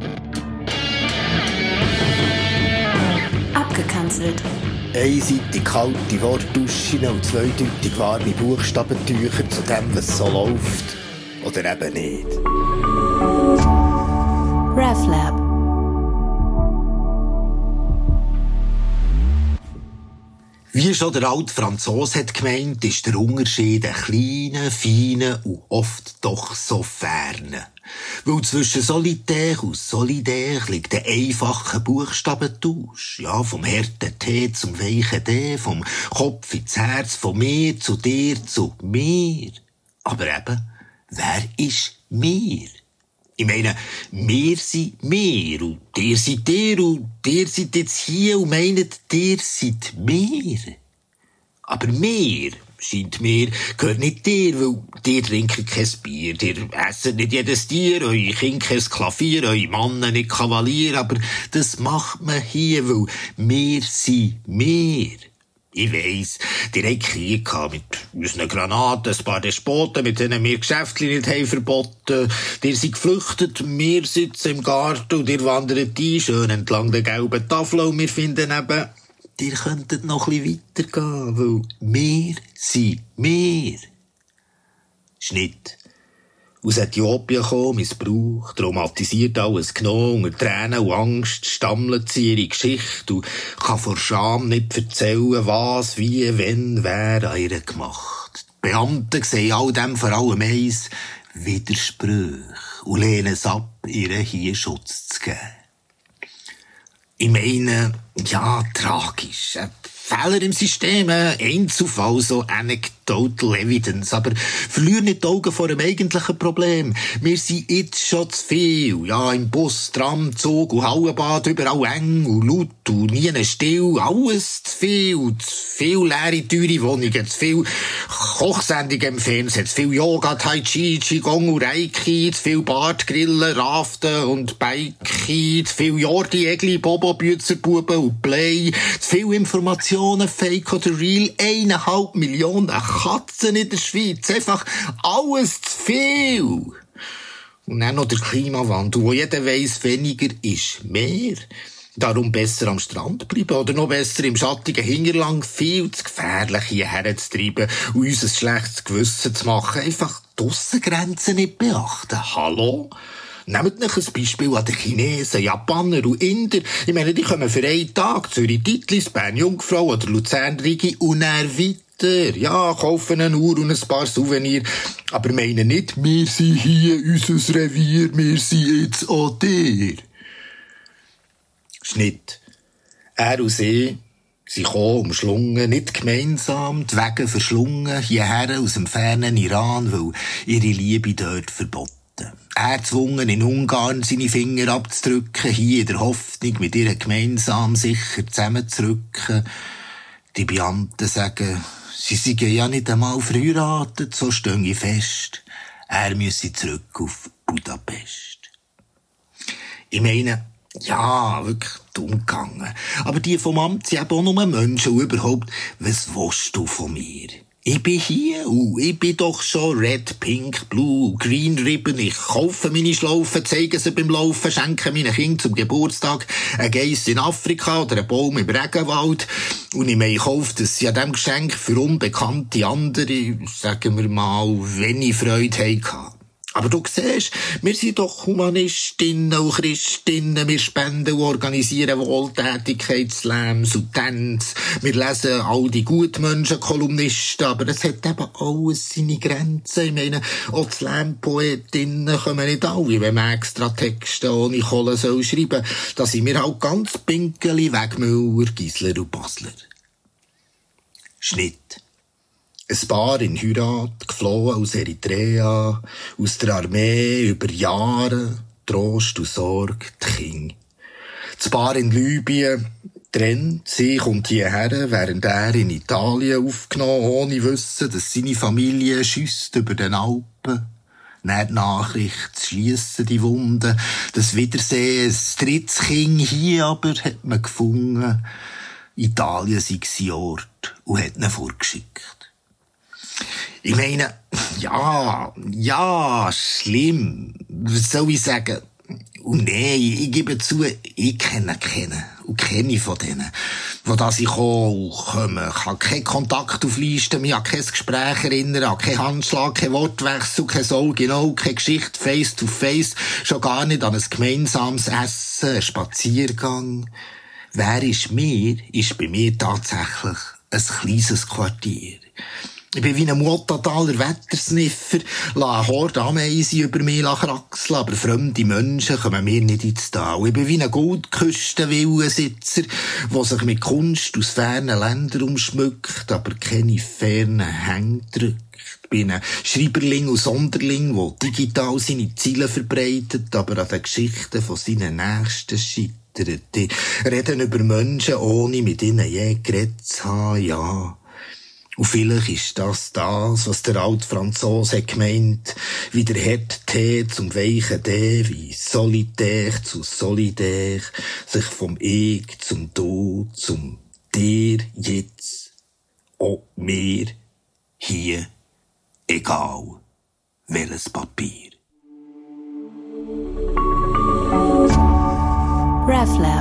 Abgekanzelt. Einseitig kalte Wortduschen und zweideutig warme Buchstabentücher zu dem, was so läuft. Oder eben nicht. RefLab. Wie schon der alte Franzose hat gemeint, ist der Unterschied ein kleiner, feiner und oft doch so ferner. Weil zwischen Solitär und Solidär liegt ein einfacher Buchstabentausch. Ja, vom harten T zum weichen D, vom Kopf ins Herz, von mir zu dir zu mir. Aber eben, wer ist mir? Ich meine, wir sind wir und ihr seid ihr und ihr seid jetzt hier und meint, ihr seid wir. Aber mir, scheint mir, gehört nicht dir, weil ihr trinkt kein Bier, ihr esst nicht jedes Tier, eure Kinder kein Klavier, eure Männer nicht Kavalier, aber das macht man hier, weil wir sind wir. Ich weiss, die hatten Krieg mit unseren Granaten, ein paar Despoten, mit denen wir Geschäfte nicht haben verboten. Die sind geflüchtet, wir sitzen im Garten und ihr wandert ein, schön entlang der gelben Tafel und wir finden eben, ihr könntet noch ein bisschen weitergehen, weil wir sind wir. Schnitt. Aus Äthiopien gekommen, missbraucht, traumatisiert, alles genommen, unter Tränen und Angst, stammelt sie ihre Geschichte und kann vor Scham nicht erzählen, was, wie, wenn, wer an ihr gemacht. Die Beamten sehen all dem vor allem eins, Widersprüche und lehnen es ab, ihr hier Schutz zu geben. Ich meine, ja, tragisch. Fehler im System, Einzelfall, so anecdotal evidence. Aber verlier nicht die Augen vor dem eigentlichen Problem. Wir sind jetzt schon zu viel. Ja, im Bus, Tram, Zug und Hallenbad, überall eng und laut und nie still. Alles zu viel. Zu viel leere, teure Wohnungen, zu viel Kochsendungen im Fernsehen, zu viel Yoga, Tai Chi, Qigong und Reiki, zu viel Bartgrillen, Raften und Bike, zu viel Jordi, Egli, Bobo, Büzerbuben und Play, zu viel Informationen, Fake oder Real, 1,5 Millionen Katzen in der Schweiz. Einfach alles zu viel. Und dann noch der Klimawandel, wo jeder weiss, weniger ist mehr. Darum besser am Strand bleiben oder noch besser im schattigen Hinterland, viel zu gefährlich hierher zu treiben und uns ein schlechtes Gewissen zu machen. Einfach die Aussengrenzen nicht beachten. Hallo? Nehmt euch ein Beispiel an den Chinesen, Japaner und Inder. Ich meine, die kommen für einen Tag Zürich Dietlis, Bern Jungfrau oder Luzern Rigi und dann weiter. Ja, kaufen eine Uhr und ein paar Souvenirs. Aber meinen nicht, wir sind hier, unser Revier, wir sind jetzt auch der. Schnitt. Er und sie gekommen, umschlungen, nicht gemeinsam, die Wege verschlungen, hierher aus dem fernen Iran, weil ihre Liebe dort verboten. Er gezwungen, in Ungarn seine Finger abzudrücken, hier in der Hoffnung, mit ihr gemeinsam sicher zusammenzurücken. Die Beamten sagen, sie seien ja nicht einmal verheiratet, so stehen ich fest. Er müsse zurück auf Budapest. Ich meine, ja, wirklich dumm gegangen. Aber die vom Amt sind eben auch nur Menschen und überhaupt, was willst du von mir? Ich bin hier und ich bin doch schon Red, Pink, Blue, Green Ribbon. Ich kaufe meine Schlaufen, zeige sie beim Laufen, schenke meinen Kindern zum Geburtstag einen Geiss in Afrika oder einen Baum im Regenwald. Und ich kaufe das ja dem Geschenk für unbekannte andere, sagen wir mal, wenig Freude hatten. Aber du siehst, wir sind doch Humanistinnen und Christinnen, wir spenden und organisieren Wohltätigkeitsslams und Tänze, wir lesen all die Gutmenschen-Kolumnisten, aber es hat eben alles seine Grenzen. Ich meine, auch die Slam-Poetinnen kommen nicht alle, wenn man extra Texte ohne Kohle soll schreiben. Da sind wir halt ganz pinkeli Wegmüller, Gisler und Basler. Schnitt. Ein Paar in Heirat, geflohen aus Eritrea, aus der Armee, über Jahre, Trost und Sorge, die Kinder. Das Paar in Libyen, trennt, sie kommt hierher, während er in Italien aufgenommen, ohne Wissen, dass seine Familie schiesst über den Alpen. Dann die Nachricht, schliessen die Wunden, das Wiedersehen, das drittes Kind hier aber hat man gefunden. Italien sei sein Ort und hat ihn vorgeschickt. Ich meine, ja, schlimm. Was soll ich sagen? Und nein, ich gebe zu, ich kenne keinen. Und keine von denen, die da sich kommen. Ich habe keinen Kontakt aufleisten, mich an kein Gespräch erinnern, an keinen Handschlag, kein Wortwechsel, kein Auge, genau, keine Geschichte face to face, schon gar nicht an ein gemeinsames Essen, einen Spaziergang. Wer ist mir, ist bei mir tatsächlich ein kleines Quartier. Ich bin wie ein Muotataler Wettersniffer, lasse eine Horde Ameisen über mich kraxeln, aber fremde Menschen kommen mir nicht ins Tal. Ich bin wie ein Goldküstenwillensitzer, der sich mit Kunst aus fernen Ländern umschmückt, aber keine fernen Hänge drückt. Ich bin ein Schreiberling und Sonderling, der digital seine Ziele verbreitet, aber an den Geschichten von seinen Nächsten scheitert. Die reden über Menschen, ohne mit ihnen je geredet zu haben, ja. Und vielleicht ist das, was der alte Franzose hat gemeint, wie der harte T zum weichen D, wie solitär zu solidär, sich vom Ich zum Du, zum Dir jetzt, auch mir, hier, egal, welches Papier. RefLab.